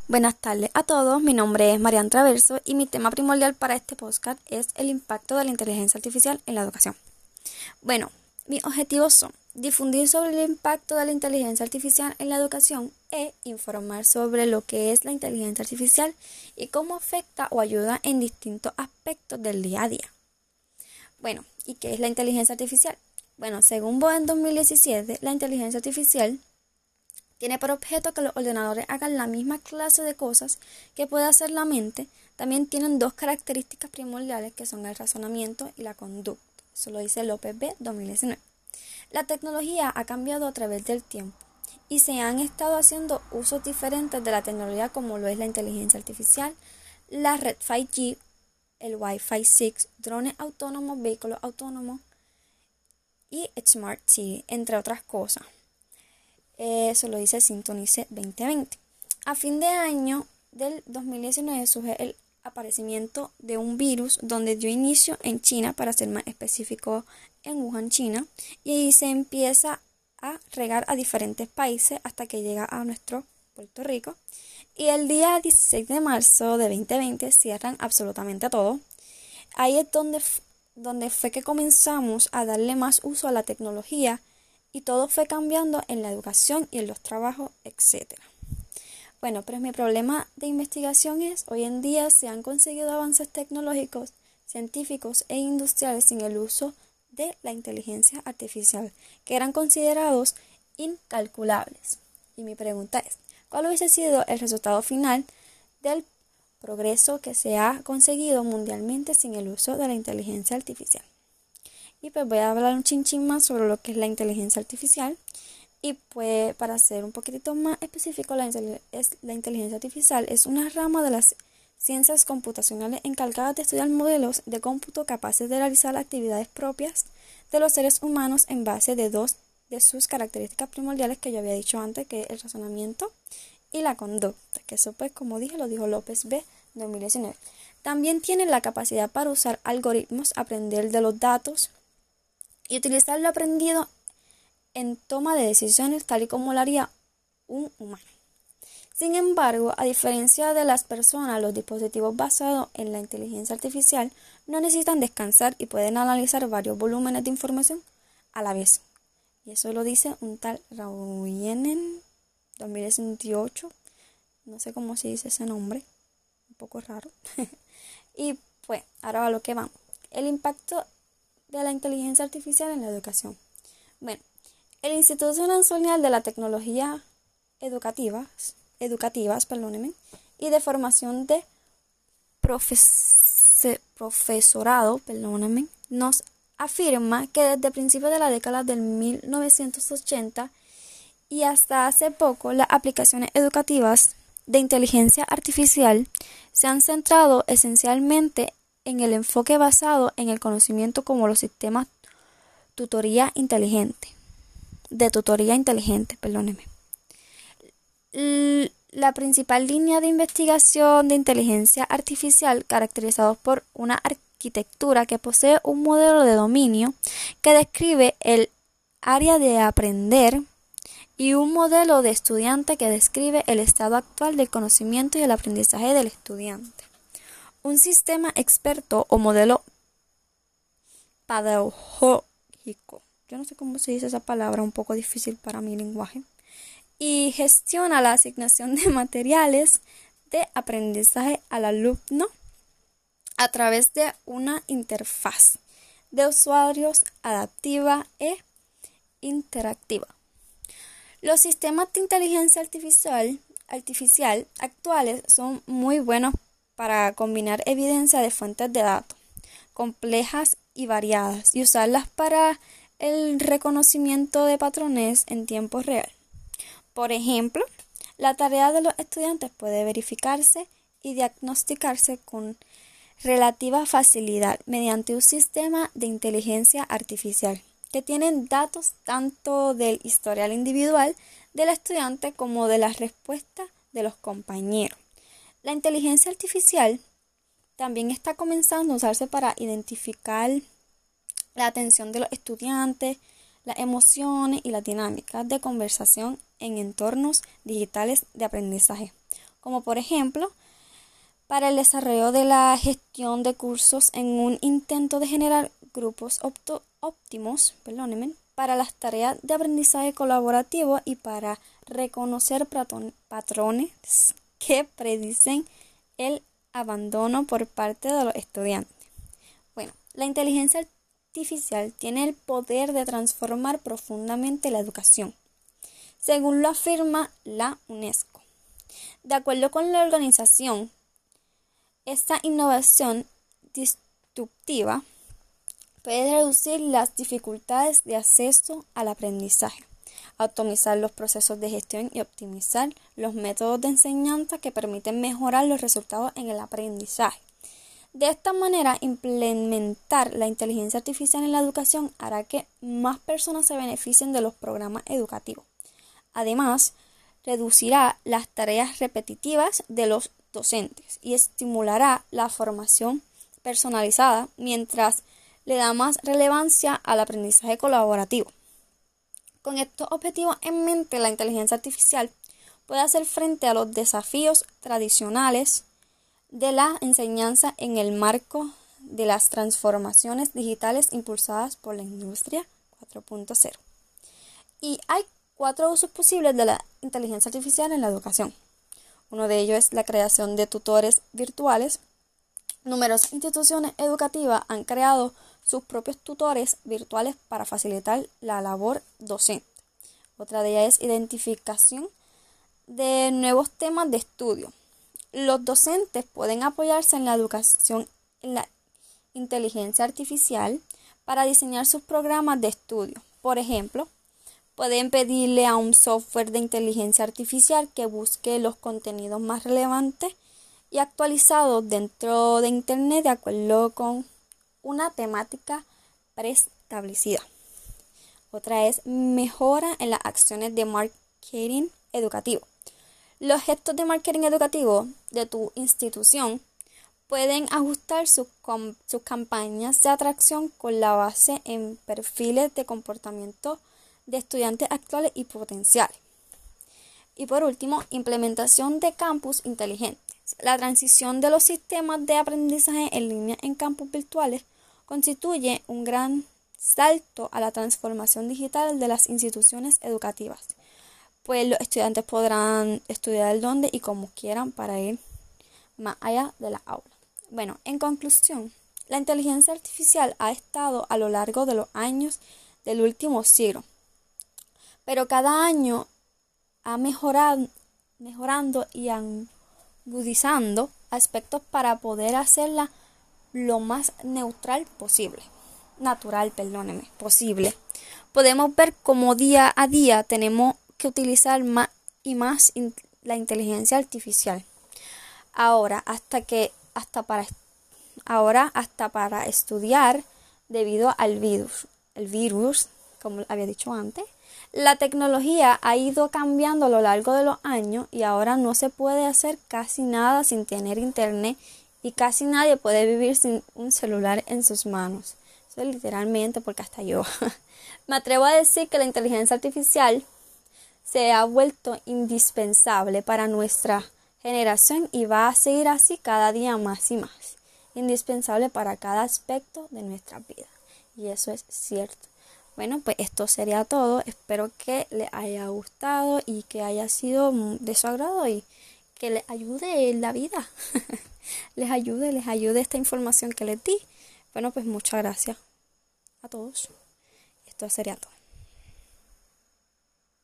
Buenas tardes a todos, mi nombre es Marian Traverso y mi tema primordial para este podcast es el impacto de la inteligencia artificial en la educación. Bueno, mis objetivos son difundir sobre el impacto de la inteligencia artificial en la educación e informar sobre lo que es la inteligencia artificial y cómo afecta o ayuda en distintos aspectos del día a día. Bueno, ¿y qué es la inteligencia artificial? Bueno, según Boe en 2017, la inteligencia artificial tiene por objeto que los ordenadores hagan la misma clase de cosas que puede hacer la mente. También tienen dos características primordiales que son el razonamiento y la conducta. Eso lo dice López B. 2019. La tecnología ha cambiado a través del tiempo y se han estado haciendo usos diferentes de la tecnología como lo es la inteligencia artificial, la red 5G, el Wi-Fi 6, drones autónomos, vehículos autónomos y Smart City, entre otras cosas. Eso lo dice Sintonice 2020. A fin de año del 2019 surge el aparecimiento de un virus donde dio inicio en China, para ser más específico en Wuhan, China, y ahí se empieza a regar a diferentes países hasta que llega a nuestro Puerto Rico. Y el día 16 de marzo de 2020 cierran absolutamente todo. Ahí es donde fue que comenzamos a darle más uso a la tecnología y todo fue cambiando en la educación y en los trabajos, etc. Bueno, pero mi problema de investigación es, hoy en día se han conseguido avances tecnológicos, científicos e industriales sin el uso de la inteligencia artificial, que eran considerados incalculables. Y mi pregunta es, ¿cuál hubiese sido el resultado final del progreso que se ha conseguido mundialmente sin el uso de la inteligencia artificial? Y pues voy a hablar un chinchín más sobre lo que es la inteligencia artificial. Y pues para ser un poquitito más específico, la inteligencia artificial es una rama de las ciencias computacionales encargadas de estudiar modelos de cómputo capaces de realizar actividades propias de los seres humanos en base de dos de sus características primordiales que yo había dicho antes, que es el razonamiento y la conducta, que eso pues como dije, lo dijo López B. 2019. También tiene la capacidad para usar algoritmos, aprender de los datos y utilizar lo aprendido en toma de decisiones tal y como lo haría un humano. Sin embargo, a diferencia de las personas, los dispositivos basados en la inteligencia artificial no necesitan descansar y pueden analizar varios volúmenes de información a la vez. Y eso lo dice un tal Rauinen 2018. No sé cómo se dice ese nombre, un poco raro. Y pues, ahora a lo que vamos. El impacto de la inteligencia artificial en la educación. Bueno, el Instituto Nacional de la Tecnología Educativas, y de Formación de Profesorado, nos afirma que desde principios de la década del 1980 y hasta hace poco, las aplicaciones educativas de inteligencia artificial se han centrado esencialmente en el enfoque basado en el conocimiento como los sistemas de tutoría inteligente. La principal línea de investigación de inteligencia artificial, caracterizados por una arquitectura que posee un modelo de dominio que describe el área de aprender y un modelo de estudiante que describe el estado actual del conocimiento y el aprendizaje del estudiante. Un sistema experto o modelo pedagógico, yo no sé cómo se dice esa palabra, un poco difícil para mi lenguaje, y gestiona la asignación de materiales de aprendizaje al alumno a través de una interfaz de usuarios adaptiva e interactiva. Los sistemas de inteligencia artificial actuales son muy buenos para combinar evidencia de fuentes de datos complejas y variadas y usarlas para el reconocimiento de patrones en tiempo real. Por ejemplo, la tarea de los estudiantes puede verificarse y diagnosticarse con relativa facilidad mediante un sistema de inteligencia artificial que tienen datos tanto del historial individual del estudiante como de las respuestas de los compañeros. La inteligencia artificial también está comenzando a usarse para identificar la atención de los estudiantes, las emociones y las dinámicas de conversación en entornos digitales de aprendizaje, como por ejemplo, para el desarrollo de la gestión de cursos en un intento de generar grupos óptimos, para las tareas de aprendizaje colaborativo y para reconocer patrones que predicen el abandono por parte de los estudiantes. Bueno, la inteligencia artificial tiene el poder de transformar profundamente la educación, según lo afirma la UNESCO. De acuerdo con la organización, esta innovación disruptiva puede reducir las dificultades de acceso al aprendizaje, optimizar los procesos de gestión y optimizar los métodos de enseñanza que permiten mejorar los resultados en el aprendizaje. De esta manera, implementar la inteligencia artificial en la educación hará que más personas se beneficien de los programas educativos. Además, reducirá las tareas repetitivas de los docentes y estimulará la formación personalizada mientras le da más relevancia al aprendizaje colaborativo. Con estos objetivos en mente, la inteligencia artificial puede hacer frente a los desafíos tradicionales de la enseñanza en el marco de las transformaciones digitales impulsadas por la industria 4.0. Y hay 4 usos posibles de la inteligencia artificial en la educación. Uno de ellos es la creación de tutores virtuales. Numerosas instituciones educativas han creado sus propios tutores virtuales para facilitar la labor docente. Otra de ellas es identificación de nuevos temas de estudio. Los docentes pueden apoyarse en la educación en la inteligencia artificial para diseñar sus programas de estudio. Por ejemplo, pueden pedirle a un software de inteligencia artificial que busque los contenidos más relevantes y actualizados dentro de Internet de acuerdo con una temática preestablecida. Otra es mejora en las acciones de marketing educativo. Los gestos de marketing educativo de tu institución pueden ajustar sus campañas de atracción con la base en perfiles de comportamiento de estudiantes actuales y potenciales. Y por último, implementación de campus inteligentes. La transición de los sistemas de aprendizaje en línea en campus virtuales constituye un gran salto a la transformación digital de las instituciones educativas, pues los estudiantes podrán estudiar donde y como quieran para ir más allá de la aula. Bueno, en conclusión, la inteligencia artificial ha estado a lo largo de los años del último siglo, pero cada año ha mejorando y agudizando aspectos para poder hacerla lo más posible. Podemos ver cómo día a día tenemos que utilizar más y más la inteligencia artificial. Ahora hasta para estudiar debido al virus, como había dicho antes. La tecnología ha ido cambiando a lo largo de los años y ahora no se puede hacer casi nada sin tener internet y casi nadie puede vivir sin un celular en sus manos. Eso es literalmente porque hasta yo. Me atrevo a decir que la inteligencia artificial se ha vuelto indispensable para nuestra generación y va a seguir así cada día más y más. Indispensable para cada aspecto de nuestra vida. Y eso es cierto. Bueno, pues esto sería todo. Espero que les haya gustado y que haya sido de su agrado y que les ayude en la vida. les ayude esta información que les di. Bueno, pues muchas gracias a todos. Esto sería todo.